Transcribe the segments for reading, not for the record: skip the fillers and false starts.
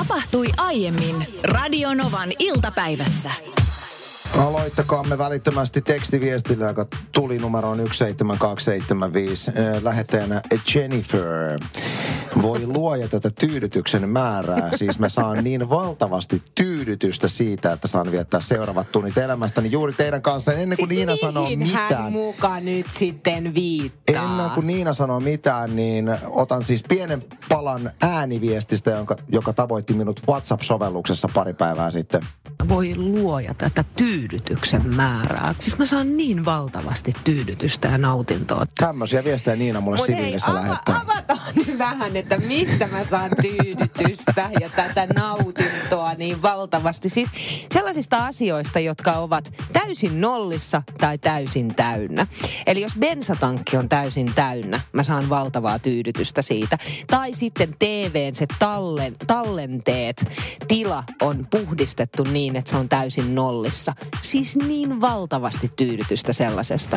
tapahtui aiemmin Radionovan iltapäivässä. Aloittakaamme välittömästi tekstiviestillä, joka tuli numeroon 17275. Lähettäjänä Jennifer. Voi luoja tätä tyydytyksen määrää. Siis mä saan niin valtavasti tyydytystä siitä, että saan viettää seuraavat tunnit elämästäni juuri teidän kanssa. Ennen kuin siis Niina sanoo mitään. Hän muka nyt sitten viittaa. Ennen kuin Niina sanoo mitään, niin otan siis pienen palan ääniviestistä, joka tavoitti minut WhatsApp-sovelluksessa pari päivää sitten. Voi luoja tätä tyydytyksen määrää. Siis mä saan niin valtavasti tyydytystä ja nautintoa. Tämmöisiä viestejä Niina mulle siviilissä lähettää. Avataan nyt vähän, että mistä mä saan tyydytystä ja tätä nautintoa niin valtavasti. Siis sellaisista asioista, jotka ovat täysin nollissa tai täysin täynnä. Eli jos bensatankki on täysin täynnä, mä saan valtavaa tyydytystä siitä. Tai sitten TVn se tallenteet, tila on puhdistettu niin, että se on täysin nollissa. Siis niin valtavasti tyydytystä sellaisesta.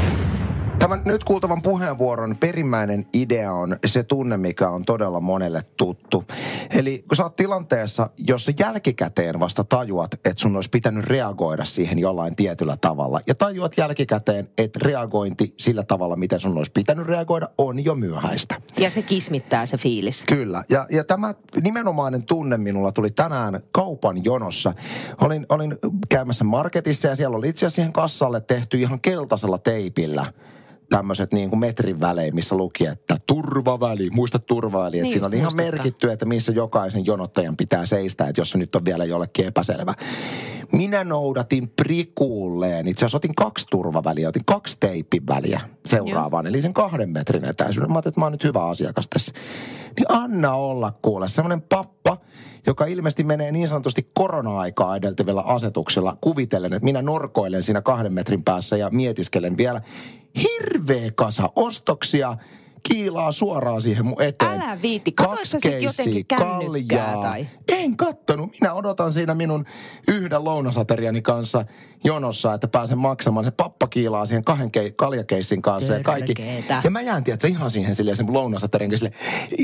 Tämän nyt kuultavan puheenvuoron perimmäinen idea on se tunne, mikä on todella monelle tuttu. Eli kun sä oot tilanteessa, jossa jälkikäteen vasta tajuat, että sun olisi pitänyt reagoida siihen jollain tietyllä tavalla. Ja tajuat jälkikäteen, että reagointi sillä tavalla, miten sun olisi pitänyt reagoida, on jo myöhäistä. Ja se kismittää se fiilis. Kyllä. Ja tämä nimenomainen tunne minulla tuli tänään kaupan jonossa. Olin käymässä marketissa ja siellä oli itse asiassa siihen kassalle tehty ihan keltaisella teipillä tämmöiset niin kuin metrin välein, missä luki, että turvaväli, muista turvaväli. Että siinä oli ihan merkitty, että missä jokaisen jonottajan pitää seistä, että jos se nyt on vielä jollekin epäselvä. Minä noudatin prikulleen. Itse asiassa otin 2 turvaväliä, otin 2 teipin väliä seuraavaan. Eli sen 2 metrin etäisyyden. Mä ajattelin, että mä oon nyt hyvä asiakas tässä. Niin anna olla kuule. Semmoinen pappa, joka ilmeisesti menee niin sanotusti korona-aikaa edeltävillä asetuksilla kuvitellen, että minä norkoilen siinä 2 metrin päässä ja mietiskelen vielä hirveä kasa ostoksia, kiilaa suoraan siihen mun eteen. Älä viitti. Katois sä sit jotenkin kännykkää tai? En kattonut. Minä odotan siinä minun yhden lounasateriani kanssa jonossa, että pääsen maksamaan. Se pappa kiilaa siihen 2 kaljakeissin kanssa ja kaikki. Ja mä jään, tiedätkö, ihan siihen silleen sen lounasaterian silleen,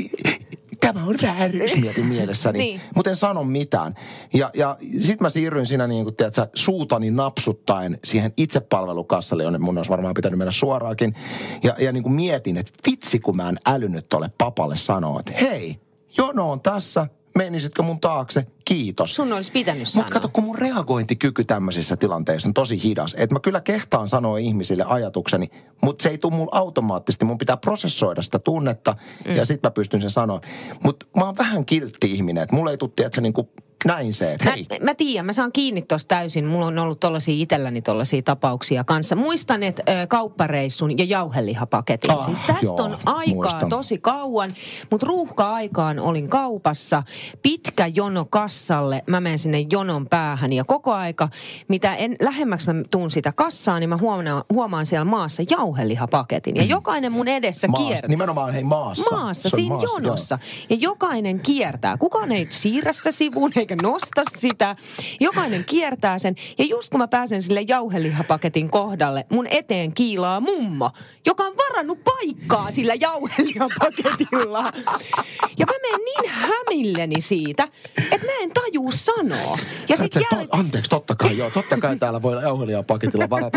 tämä on vääryys, mietin mielessäni. Niin. Mutta en sano mitään. Ja sit mä siirryin siinä niin kuin, tiedätkö, suutani napsuttaen siihen itsepalvelukassalle, jonne mun olisi varmaan pitänyt mennä suoraankin. Ja niin kuin mietin, että vitsi kun mä en älynyt tolle papalle sanoa, että hei, jono on tässä. Menisitkö mun taakse? Kiitos. Sun olisi pitänyt sanoa. Mutta kato, kun mun reagointikyky tämmöisissä tilanteissa on tosi hidas. Että mä kyllä kehtaan sanoa ihmisille ajatukseni, mutta se ei tule mulla automaattisesti. Mun pitää prosessoida sitä tunnetta ja sit mä pystyn sen sanoa. Mutta mä oon vähän kiltti ihminen, että mulla ei tule, että se niinku näin se, että hei. Mä tiedän, mä saan kiinni tossa täysin. Mulla on ollut itselläni tollaisia tapauksia kanssa. Muistan, että kauppareissun ja jauhelihapaketin. Siis tästä on aikaa tosi kauan, mutta ruuhka-aikaan olin kaupassa. Pitkä jono kassalle. Mä menen sinne jonon päähän ja koko aika, mitä lähemmäksi mä tuun sitä kassaa, niin mä huomaan siellä maassa jauhelihapaketin. Ja jokainen mun edessä kiertää. Nimenomaan hei maassa. Maassa, siinä jonossa. Joo. Ja jokainen kiertää. Kukaan ei siirrä sitä sivuun eikä nosta sitä. Jokainen kiertää sen. Ja just kun mä pääsen sille jauhelihapaketin kohdalle, mun eteen kiilaa mummo, joka on varannut paikkaa sillä jauhelihapaketilla. Ja mä menen niin hämilleni siitä, että mä en tajuu sanoa. Ja sit anteeksi, totta kai täällä voi jauhelihapaketilla varata.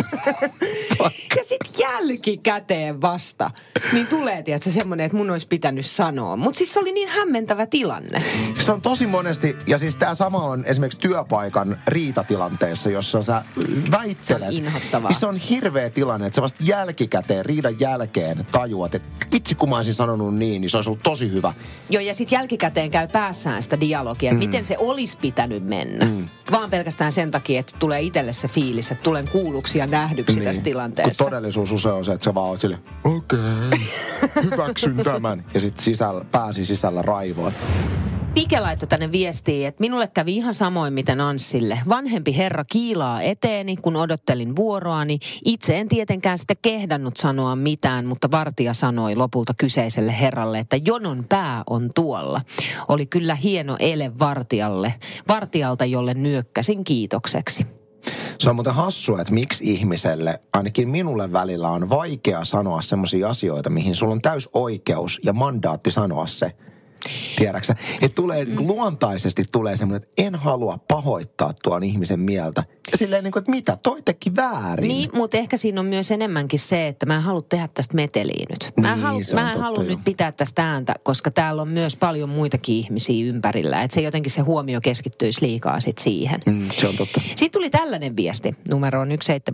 Ja sit jälkikäteen vasta, niin tulee, tiedätkö, semmoinen, että mun olisi pitänyt sanoa. Mutta siis se oli niin hämmentävä tilanne. Se on tosi monesti, ja siis tää sama on esimerkiksi työpaikan riitatilanteessa, jossa sä väittelet. Se on inhottavaa. Niin se on hirveä tilanne, että sä vasta jälkikäteen, riidan jälkeen tajuat, että vitsi kun mä olisin sanonut niin se olisi ollut tosi hyvä. Joo, ja sit jälkikäteen käy päässään sitä dialogia, että miten se olisi pitänyt mennä. Vaan pelkästään sen takia, että tulee itselle se fiilis, että tulen kuulluksi ja nähdyksi tässä tilanteessa. Kun todellisuus usein on se, että sä vaan oot silleen, okei, hyväksyn tämän. Ja sit pääsi sisällä raivoon. Pike laittoi tänne viestiin, että minulle kävi ihan samoin miten Anssille. Vanhempi herra kiilaa eteeni, kun odottelin vuoroani. Itse en tietenkään sitä kehdannut sanoa mitään, mutta vartija sanoi lopulta kyseiselle herralle, että jonon pää on tuolla. Oli kyllä hieno ele vartijalta, jolle nyökkäsin kiitokseksi. Se on muuten hassua, että miksi ihmiselle, ainakin minulle välillä, on vaikea sanoa semmoisia asioita, mihin sulla on täys oikeus ja mandaatti sanoa se. Tiedäksä? Että tulee luontaisesti tulee semmoinen, että en halua pahoittaa tuon ihmisen mieltä. Ja silleen niin kuin, että mitä, toi teki väärin. Niin, mutta ehkä siinä on myös enemmänkin se, että mä en halua tehdä tästä meteliä nyt. Mä en halua nyt pitää tästä ääntä, koska täällä on myös paljon muitakin ihmisiä ympärillä. Että se jotenkin se huomio keskittyisi liikaa sit siihen. Se on totta. Sitten tuli tällainen viesti numeroon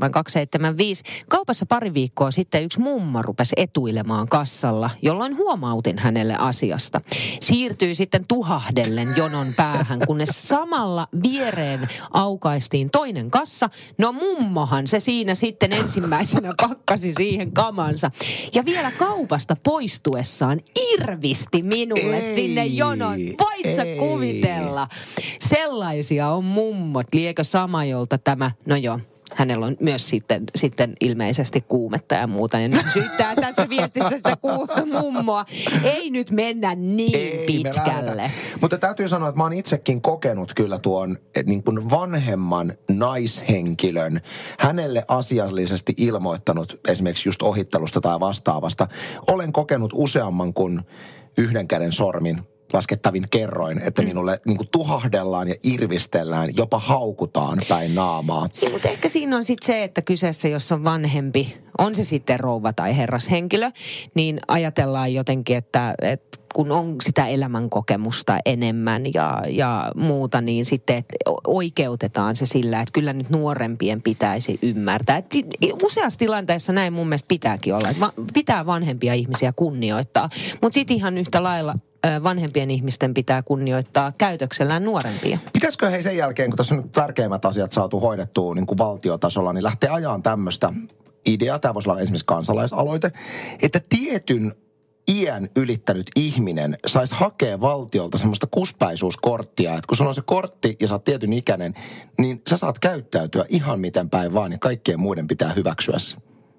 17275. Kaupassa pari viikkoa sitten yksi mummo rupesi etuilemaan kassalla, jolloin huomautin hänelle asiasta. Siirtyi sitten tuhahdellen jonon päähän, kunnes samalla viereen aukaistiin toinen kassa. No mummohan se siinä sitten ensimmäisenä pakkasi siihen kamansa. Ja vielä kaupasta poistuessaan irvisti minulle sinne jonon. Voit sä kuvitella? Sellaisia on mummot. Liekö sama, jolta tämä, no joo. Hänellä on myös sitten ilmeisesti kuumetta ja muuta. Ja nyt syyttää tässä viestissä sitä mummoa. Ei nyt mennä niin pitkälle. Mutta täytyy sanoa, että mä oon itsekin kokenut kyllä tuon niin kuin vanhemman naishenkilön, hänelle asiallisesti ilmoittanut esimerkiksi just ohittelusta tai vastaavasta. Olen kokenut useamman kuin yhden käden sormin laskettavin kerroin, että minulle niin kuin tuhahdellaan ja irvistellään, jopa haukutaan päin naamaa. Niin, mutta ehkä siinä on sitten se, että kyseessä, jos on vanhempi, on se sitten rouva tai herrashenkilö, niin ajatellaan jotenkin, että kun on sitä elämänkokemusta enemmän ja muuta, niin sitten oikeutetaan se sillä, että kyllä nyt nuorempien pitäisi ymmärtää. Et useassa tilanteessa näin mun mielestä pitääkin olla, että pitää vanhempia ihmisiä kunnioittaa, mutta sitten ihan yhtä lailla vanhempien ihmisten pitää kunnioittaa käytöksellään nuorempia. Pitäisikö sen jälkeen, kun tässä on nyt tärkeimmät asiat saatu hoidettua niin kuin valtiotasolla, niin lähtee ajaan tämmöistä ideaa, tämä voisi olla esimerkiksi kansalaisaloite, että tietyn iän ylittänyt ihminen saisi hakea valtiolta semmoista kuspäisuuskorttia, että kun sulla on se kortti ja sä oot tietyn ikäinen, niin sä saat käyttäytyä ihan miten päin vaan ja kaikkien muiden pitää hyväksyä se.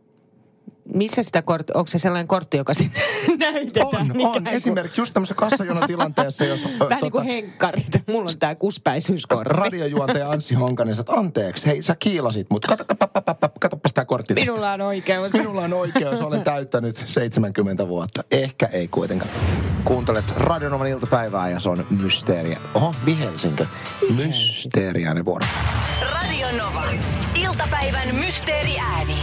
Missä sitä kortti, onko se sellainen kortti, joka sinne näytetään? On. Esimerkiksi just tämmöisessä kassajonotilanteessa, jos vähän niin kuin henkkarit. Mulla on tää kuspäisyyskortti. Radiojuontaja Anssi Honkanen, että anteeksi, hei sä kiilasit, mutta katsopas tää kortti tästä. Minulla on oikeus. Olen täyttänyt 70 vuotta. Ehkä ei kuitenkaan. Kuuntelet Radio Novan iltapäivää ja se on Mysteeriä. Oho, vihelsinkö? Mysteeriäinen vuoro. Radio Nova. Iltapäivän mysteeriääni.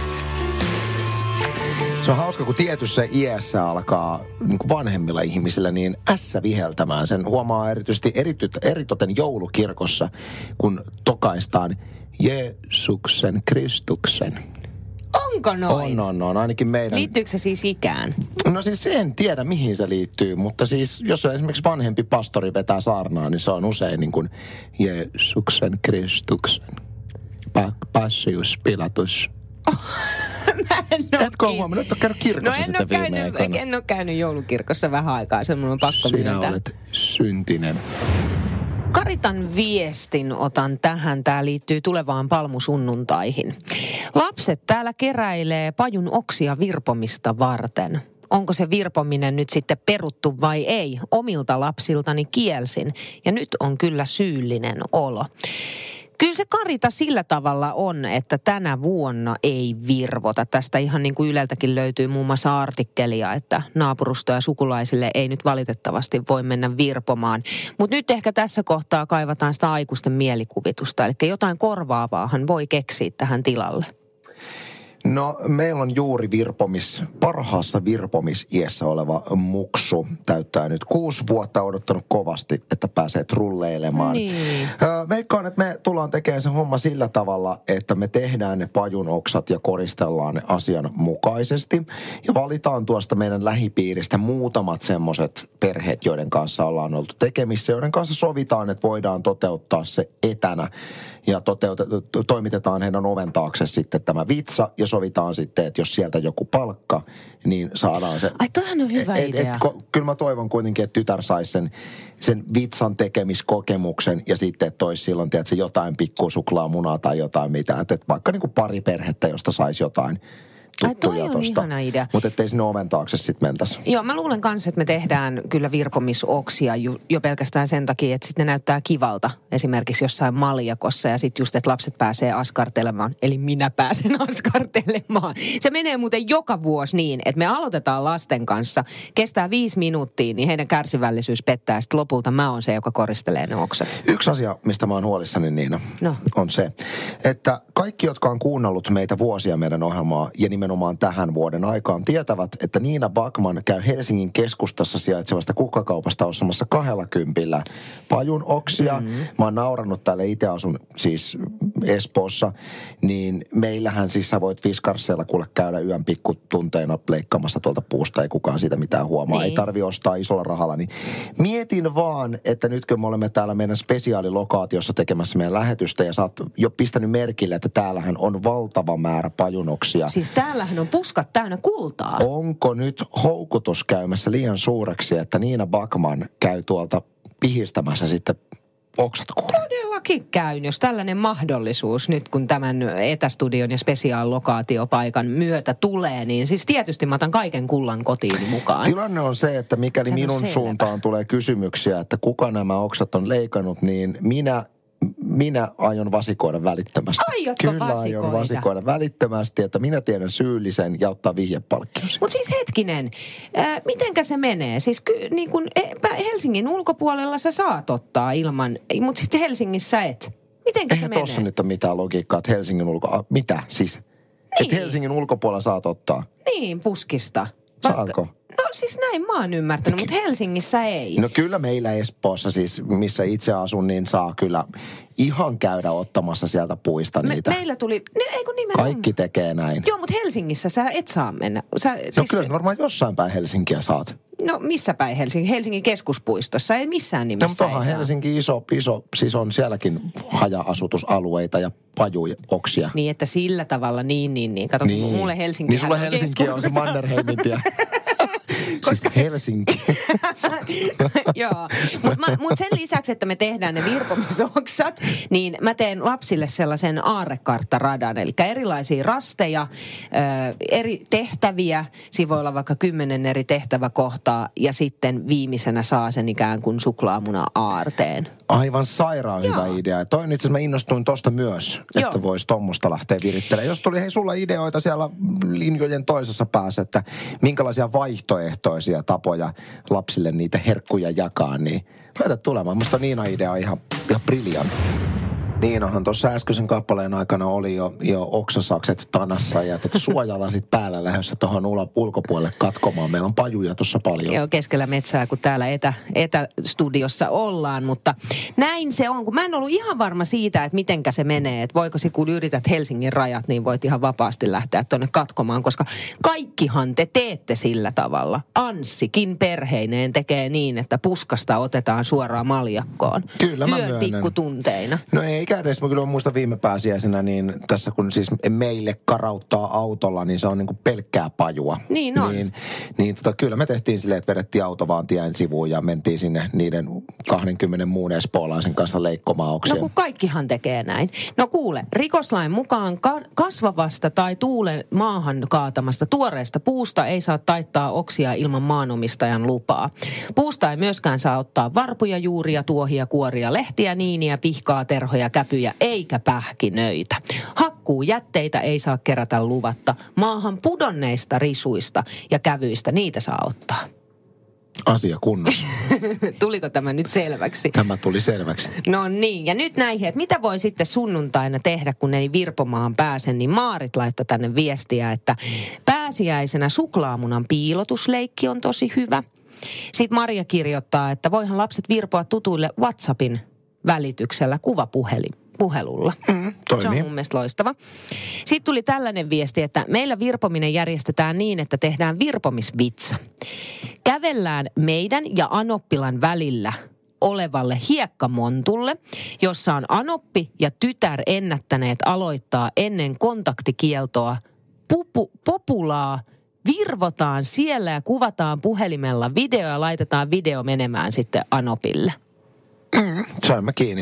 Se on hauska, kun tietyssä iässä alkaa niin kuin vanhemmilla ihmisillä niin ässä viheltämään. Sen huomaa erityisesti eritoten joulukirkossa, kun tokaistaan Jeesuksen Kristuksen. Onko noin? On. Ainakin meidän... Liittyykö se siis ikään? No siis en tiedä, mihin se liittyy, mutta siis jos on esimerkiksi vanhempi pastori vetää saarnaa, niin se on usein niin kuin Jeesuksen Kristuksen. Passius Pilatus. Etkö ole huomannut, että ole käynyt kirkossa sitten viime aikoina? En ole käynyt joulukirkossa vähän aikaa, se on pakko myöntää. Sinä olet syntinen. Karitan viestin otan tähän. Tämä liittyy tulevaan palmusunnuntaihin. Lapset täällä keräilee pajun oksia virpomista varten. Onko se virpominen nyt sitten peruttu vai ei? Omilta lapsiltani kielsin ja nyt on kyllä syyllinen olo. Kyllä se Karita sillä tavalla on, että tänä vuonna ei virvota. Tästä ihan niin kuin Yleltäkin löytyy muun muassa artikkelia, että naapurustoja ja sukulaisille ei nyt valitettavasti voi mennä virpomaan. Mutta nyt ehkä tässä kohtaa kaivataan sitä aikuisten mielikuvitusta, eli jotain korvaavaahan voi keksiä tähän tilalle. No, meillä on juuri parhaassa virpomisiässä oleva muksu. Täyttää nyt 6 vuotta odottanut kovasti, että pääsee trulleilemaan. Niin. Veikkaan, että me tullaan tekemään se homma sillä tavalla, että me tehdään ne pajun oksat ja koristellaan ne asianmukaisesti. Ja valitaan tuosta meidän lähipiiristä muutamat semmoiset perheet, joiden kanssa ollaan oltu tekemissä, joiden kanssa sovitaan, että voidaan toteuttaa se etänä. Ja toimitetaan heidän oven taakse sitten tämä vitsa ja sovitaan sitten, että jos sieltä joku palkka, niin saadaan se. Ai toihan on hyvä idea. Kyllä mä toivon kuitenkin, että tytär saisi sen vitsan tekemiskokemuksen ja sitten, että toisi silloin, tiedätkö, jotain pikkusuklaamunaa tai jotain mitä. Että vaikka niin kuin pari perhettä, josta saisi jotain tuttuja on tosta. ihana idea. Mutta ettei sinne oven taakse sit mentäisi. Joo, mä luulen kanssa, että me tehdään kyllä virpomisoksia jo pelkästään sen takia, että sitten ne näyttää kivalta. Esimerkiksi jossain maljakossa ja sitten just, että lapset pääsee askartelemaan. Eli minä pääsen askartelemaan. Se menee muuten joka vuosi niin, että me aloitetaan lasten kanssa. Kestää 5 minuuttia, niin heidän kärsivällisyys pettää. Ja sitten lopulta mä oon se, joka koristelee ne oksat. Yksi asia, mistä mä oon huolissani, Niina, on se, että kaikki, jotka on kuunnellut meitä vuosia meidän ohjelmaa ja nimenomaan tähän vuoden aikaan, tietävät, että Nina Backman käy Helsingin keskustassa sijaitsevasta kukkakaupasta ostamassa 20 pajun oksia. Mä oon naurannut täällä, itse asun siis Espoossa, niin meillähän siis sä voit Fiskarsseilla kuule käydä yön pikkutunteina leikkaamassa tuolta puusta, ei kukaan siitä mitään huomaa. Ei tarvi ostaa isolla rahalla, niin mietin vaan, että nyt kun me olemme täällä meidän spesiaalilokaatiossa tekemässä meidän lähetystä ja sä oot jo pistänyt merkille, että täällähän on valtava määrä pajunoksia. Siis täällähän on puskat täynnä kultaa. Onko nyt houkutus käymässä liian suureksi, että Nina Backman käy tuolta pihistämässä sitten oksat kuule? Todellakin käyn, jos tällainen mahdollisuus nyt kun tämän etästudion ja spesiaalilokaatiopaikan myötä tulee, niin siis tietysti mä otan kaiken kullan kotiini mukaan. Tilanne on se, että mikäli minun suuntaan tulee kysymyksiä, että kuka nämä oksat on leikannut, niin minä aion vasikoida välittömästi. Aiotko Kyllä vasikoida? Aion vasikoida välittömästi, että minä tiedän syyllisen ja ottaa vihjepalkkionsa. Mutta siis hetkinen, mitenkä se menee? Siis niin kun Helsingin ulkopuolella sä saat ottaa ilman, mutta sitten Helsingissä et. Mitenkä se menee? Eihän tossa nyt ole mitään logiikkaa, että Helsingin mitä siis? Niin. Että Helsingin ulkopuolella saat ottaa? Niin, puskista. Saatko? No siis näin mä oon ymmärtänyt, mutta Helsingissä ei. No kyllä meillä Espoossa siis, missä itse asun, niin saa kyllä ihan käydä ottamassa sieltä puista niitä. Meillä tuli, eikö nimenomaan? Kaikki tekee näin. Joo, mutta Helsingissä sä et saa mennä. No kyllä sä varmaan jossain päin Helsinkiä saat. No missä päin Helsinki? Helsingin keskuspuistossa, ei missään nimessä. No mutta Helsinki iso, siis on sielläkin haja-asutusalueita ja pajuoksia. Niin, että sillä tavalla, niin. Kato, niin. Mulle Helsinki niin sulle Helsinki on se Mannerheimin tie. Siis Helsinki. Joo, mutta sen lisäksi, että me tehdään ne virpomisoksat, niin mä teen lapsille sellaisen aarrekarttaradan, eli erilaisia rasteja, eri tehtäviä, siinä voi olla vaikka 10 eri tehtäväkohtaa, ja sitten viimeisenä saa sen ikään kuin suklaamuna aarteen. Aivan sairaan hyvä idea. Toin itse asiassa mä innostuin tosta myös, että voisi tommosta lähteä virittelemään. Jos tuli sulla ideoita siellä linjojen toisessa päässä, että minkälaisia vaihtoehtoisia tapoja lapsille niitä herkkuja jakaa, niin laita tulemaan. Musta Niina idea on ihan briljantti. Niinahan tuossa äskeisen kappaleen aikana oli jo oksasakset tanassa ja suojalasit päällä lähdössä tuohon ulkopuolelle katkomaan. Meillä on pajuja tuossa paljon. Joo, keskellä metsää, kun täällä etästudiossa ollaan, mutta näin se on. Kun mä en ollut ihan varma siitä, että mitenkä se menee, että voiko sit, kun yrität Helsingin rajat, niin voit ihan vapaasti lähteä tuonne katkomaan, koska kaikkihan te teette sillä tavalla. Anssikin perheineen tekee niin, että puskasta otetaan suoraan maljakkoon. Kyllä mä myönnän. Pikkutunteina. No ei edes, mä kyllä muistan viime pääsiäisenä, niin tässä kun siis meille karauttaa autolla, niin se on niin kuin pelkkää pajua. Niin on. Niin kyllä me tehtiin silleen, että vedettiin auto vaan tien sivuun ja mentiin sinne niiden 20 muun espoolaisen kanssa leikkomaan oksia. No kun kaikkihan tekee näin. No kuule, rikoslain mukaan kasvavasta tai tuulen maahan kaatamasta tuoreesta puusta ei saa taittaa oksia ilman maanomistajan lupaa. Puusta ei myöskään saa ottaa varpuja, juuria, tuohia, kuoria, lehtiä, niiniä, pihkaa, terhoja, käpyjä eikä pähkinöitä. Hakkuujätteitä ei saa kerätä luvatta. Maahan pudonneista risuista ja kävyistä niitä saa ottaa. Asia kunnossa. Tuliko tämä nyt selväksi? Tämä tuli selväksi. No niin, ja nyt näihin, että mitä voi sitten sunnuntaina tehdä, kun ei virpomaan pääse, niin Maarit laittoi tänne viestiä, että pääsiäisenä suklaamunan piilotusleikki on tosi hyvä. Sitten Maria kirjoittaa, että voihan lapset virpoa tutuille WhatsAppin välityksellä kuvapuhelulla. Toimii. Se on mun mielestä loistava. Sitten tuli tällainen viesti, että meillä virpominen järjestetään niin, että tehdään virpomisvitsa. Kävellään meidän ja Anoppilan välillä olevalle hiekkamontulle, jossa on Anoppi ja tytär ennättäneet aloittaa ennen kontaktikieltoa populaa. Virvotaan siellä ja kuvataan puhelimella video ja laitetaan video menemään sitten Anopille. Saimme kiinni.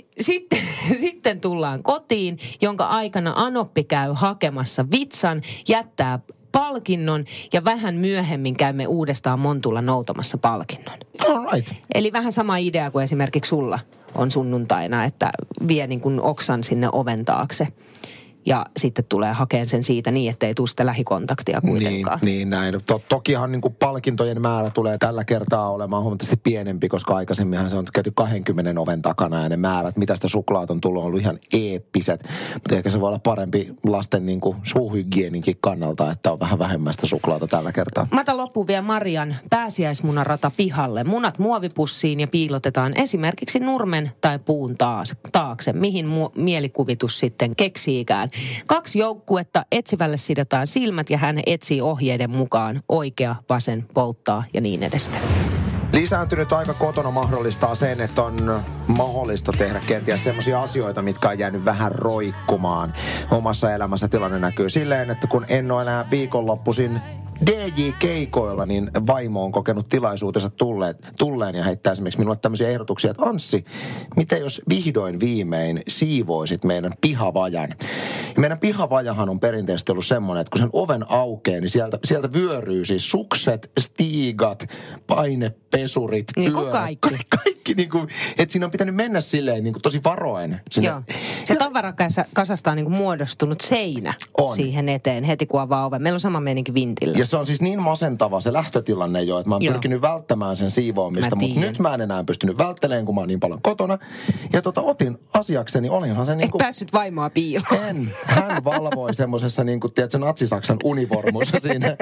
Sitten tullaan kotiin, jonka aikana Anoppi käy hakemassa vitsan, jättää palkinnon ja vähän myöhemmin käymme uudestaan Montulla noutamassa palkinnon. All right. Eli vähän sama idea kuin esimerkiksi sulla on sunnuntaina, että vie niin kuin oksan sinne oven taakse. Ja sitten tulee hakeen sen siitä niin, ettei tule sitä lähikontaktia kuitenkaan. Niin näin. Tokihan niin kuin palkintojen määrä tulee tällä kertaa olemaan huomattavasti pienempi, koska aikaisemminhan se on käyty 20 oven takana ja ne määrät, mitä sitä suklaat on tullut, on ollut ihan eeppiset. Mutta ehkä se voi olla parempi lasten niin kuin suuhygieninkin kannalta, että on vähän vähemmän sitä suklaata tällä kertaa. Mä otan loppuun vielä Marian pääsiäismunarata pihalle. Munat muovipussiin ja piilotetaan esimerkiksi nurmen tai puun taakse, mihin mielikuvitus sitten keksiikään. 2 joukkuetta, etsivälle sidotaan silmät ja hän etsii ohjeiden mukaan oikea, vasen, polttaa ja niin edestaan. Lisääntynyt aika kotona mahdollistaa sen, että on mahdollista tehdä kenties sellaisia asioita, mitkä on jäänyt vähän roikkumaan. Omassa elämässä tilanne näkyy silleen, että kun en ole enää viikonloppuisin DJ-keikoilla, niin vaimo on kokenut tilaisuutensa tulleen ja heittää esimerkiksi minulle tämmöisiä ehdotuksia, että Anssi, mitä jos vihdoin viimein siivoisit meidän pihavajan? Ja meidän pihavajahan on perinteisesti ollut semmoinen, että kun sen oven aukeaa, niin sieltä vyöryy siis sukset, stiigat, painepesurit, niin pyörät. Kaikki niin kuin, että siinä on pitänyt mennä silleen niin kuin tosi varoen. Joo. Se tavarakasasta on niin kuin muodostunut seinä siihen eteen heti kun avaa oven. Meillä on sama meininki vintillä. Ja se on siis niin masentava se lähtötilanne jo, että mä oon pyrkinyt välttämään sen siivoamista, mutta nyt mä en enää pystynyt välttelemään, kun mä oon niin paljon kotona. Ja otin asiakseni, olihan se niinku... Et päässyt vaimoa piiloon. En. Hän valvoi semmosessa niinku, tiedätkö, natsisaksan univormussa siinä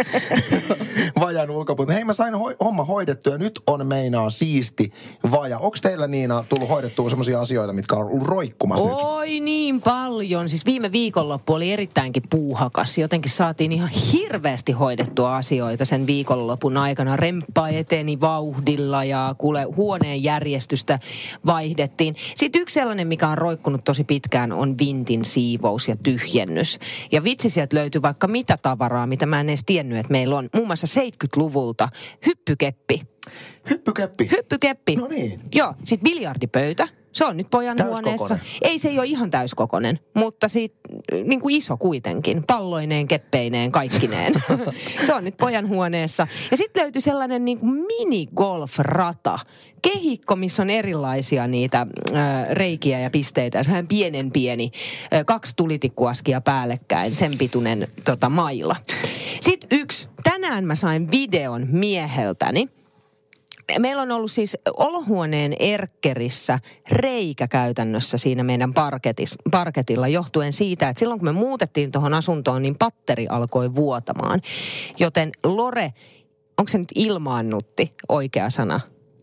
vajan ulkopuolella. Hei, mä sain homma hoidettua ja nyt on meinaa siisti vaja. Onko teillä, Niina, tullut hoidettua semmoisia asioita, mitkä on ollut roikkumassa nyt? Oi niin paljon. Siis viime viikonloppu oli erittäinkin puuhakas. Jotenkin saatiin ihan hirveästi hoidettua asioita sen viikonlopun aikana. Remppa eteni vauhdilla ja huoneen järjestystä vaihdettiin. Sitten yksi sellainen, mikä on roikkunut tosi pitkään, on vintin siivous ja tyhjennys. Ja vitsi, sieltä löytyy vaikka mitä tavaraa, mitä mä en edes tiennyt, että meillä on. Muun muassa 70-luvulta hyppykeppi. Hyppykeppi. No niin. Joo, sitten biljardipöytä. Se on nyt pojan huoneessa. Ei, se ei ole ihan täyskokoinen, mutta niin kuin iso kuitenkin. Palloineen, keppeineen, kaikkineen. Se on nyt pojan huoneessa. Ja sitten löytyi sellainen niin kuin minigolf-rata. Kehikko, missä on erilaisia niitä reikiä ja pisteitä. Sehän pieni. 2 tulitikkuaskia päällekkäin, sen pituinen maila. Sitten tänään mä sain videon mieheltäni. Meillä on ollut siis olohuoneen erkkerissä reikä käytännössä siinä meidän parketilla johtuen siitä, että silloin kun me muutettiin tuohon asuntoon, niin patteri alkoi vuotamaan. Joten Lore, onko se nyt ilmaannutti oikea sana?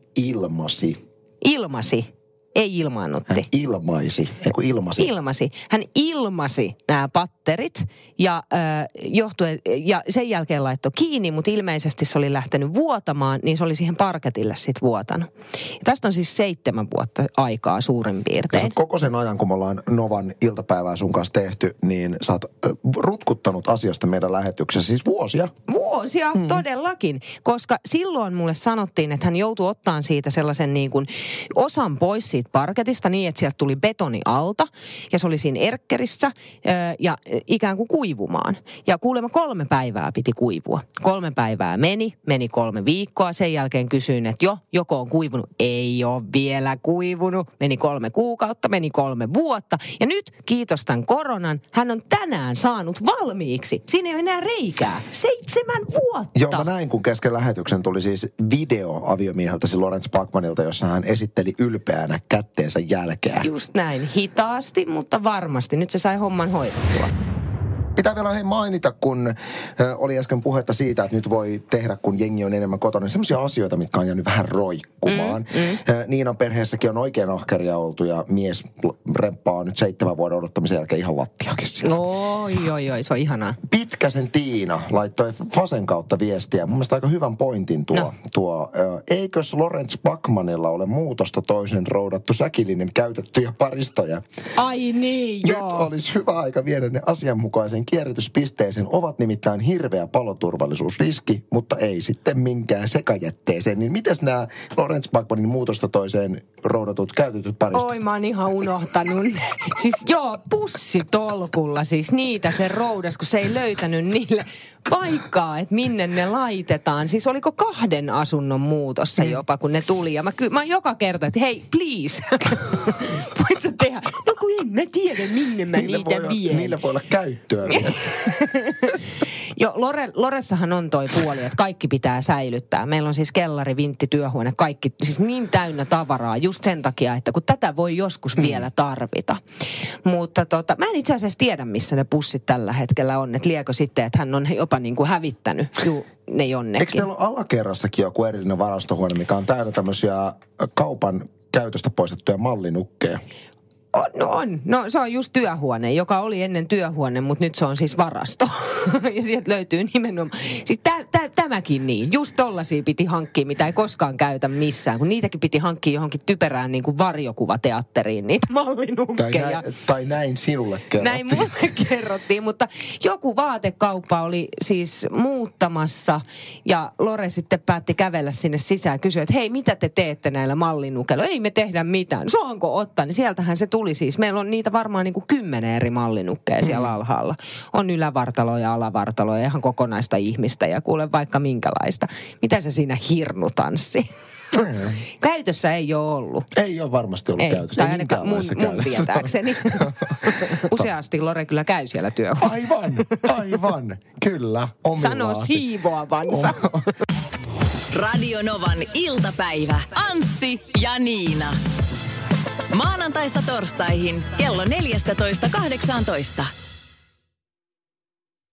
Ilmasi. Ei ilmaannutti. Hän ilmaisi. Hän ilmasi nämä patterit ja sen jälkeen laittoi kiinni, mutta ilmeisesti se oli lähtenyt vuotamaan, niin se oli siihen parketille sitten vuotanut. Ja tästä on siis 7 vuotta aikaa suurin piirtein. Koko sen ajan, kun me ollaan Novan iltapäivää sun kanssa tehty, niin sä oot rutkuttanut asiasta meidän lähetyksessä siis vuosia. Todellakin. Koska silloin mulle sanottiin, että hän joutui ottamaan siitä sellaisen niin kuin osan pois siitä parketista niin, että sieltä tuli betoni alta ja se oli siinä erkkerissä ja ikään kuin kuivumaan. Ja kuulemma 3 päivää piti kuivua. 3 päivää meni 3 viikkoa. Sen jälkeen kysyin, että joko on kuivunut. Ei ole vielä kuivunut. Meni 3 kuukautta, meni 3 vuotta. Ja nyt, kiitos tämän koronan, hän on tänään saanut valmiiksi. Siinä ei ole enää reikää. 7 vuotta! Joo, mä näin, kun kesken lähetyksen tuli siis video aviomieheltäsi Lawrence Bachmanilta, jossa hän esitteli ylpeänä kätteensä jälkeä. Just näin. Hitaasti, mutta varmasti. Nyt se sai homman hoidettua. Pitää vielä mainita, kun oli äsken puhetta siitä, että nyt voi tehdä, kun jengi on enemmän kotona, niin sellaisia asioita, mitkä on jäänyt vähän roikkumaan. Niinan perheessäkin on oikein ahkeria oltu ja mies remppaa nyt 7 vuoden odottamisen jälkeen ihan lattiakin siellä. Oi, se on ihanaa. Pitkäsen Tiina laittoi Fasen kautta viestiä. Mun mielestä aika hyvän pointin tuo. Eikös Lawrence Bachmanilla ole muutosta toisen roudattu säkillinen käytettyjä paristoja? Ai niin, joo. Nyt olisi hyvä aika viedä ne asianmukaisen kierrätyspisteeseen ovat nimittäin hirveä paloturvallisuusriski, mutta ei sitten minkään sekajätteeseen. Niin mitäs nämä Lorenz Backmanin muutosta toiseen roudatut käytetyt paristot? Oi, mä oon ihan unohtanut. Siis joo, pussitolkulla siis niitä se roudas, kun se ei löytänyt niille paikkaa, että minne ne laitetaan. Siis oliko 2 asunnon muutossa jopa, kun ne tuli. Ja mä joka kerta, että hei, please, voit sä tehdä? No kun en mä tiedä, minne mä niitä vien. Niillä voi olla käyttöä. Joo, Loressahan on toi puoli, että kaikki pitää säilyttää. Meillä on siis kellari, vintti, työhuone, kaikki siis niin täynnä tavaraa just sen takia, että kun tätä voi joskus vielä tarvita. Mutta mä en itse asiassa tiedä, missä ne pussit tällä hetkellä on. Että liekö sitten, että hän on jopa niin kuin hävittänyt ne jonnekin. Eikö teillä ole alakerrassakin joku erillinen varastohuone, mikä on täynnä tämmöisiä kaupan käytöstä poistettuja mallinukkeja? On. No se on just työhuone, joka oli ennen työhuone, mutta nyt se on siis varasto. Ja sieltä löytyy nimenomaan. Siis tämäkin niin. Just tollasia piti hankkia, mitä ei koskaan käytä missään. Kun niitäkin piti hankkia johonkin typerään niin kuin varjokuvateatteriin, niitä mallinukkeja. Tai näin sinulle kerrottiin. Näin mulle kerrottiin, mutta joku vaatekauppa oli siis muuttamassa. Ja Lore sitten päätti kävellä sinne sisään ja kysyä, että hei, mitä te teette näillä mallinukeilla? Ei me tehdä mitään. Saanko ottaa? Niin sieltähän se tuli siis. Meillä on niitä varmaan niin kuin 10 eri mallinukkeja siellä alhaalla. On ylävartaloja ja alavartaloja, ihan kokonaista ihmistä ja kuule vaikka minkälaista. Mitä se siinä hirnutanssi? Käytössä ei ole ollut. Ei ole varmasti ollut käytössä. Tai ainakaan mun tietääkseni. Useasti Lore kyllä käy siellä työhuoneessa. Aivan. Kyllä. Sano siivoavansa. Radio Novan iltapäivä. Anssi ja Niina. Maanantaista torstaihin kello 14.18.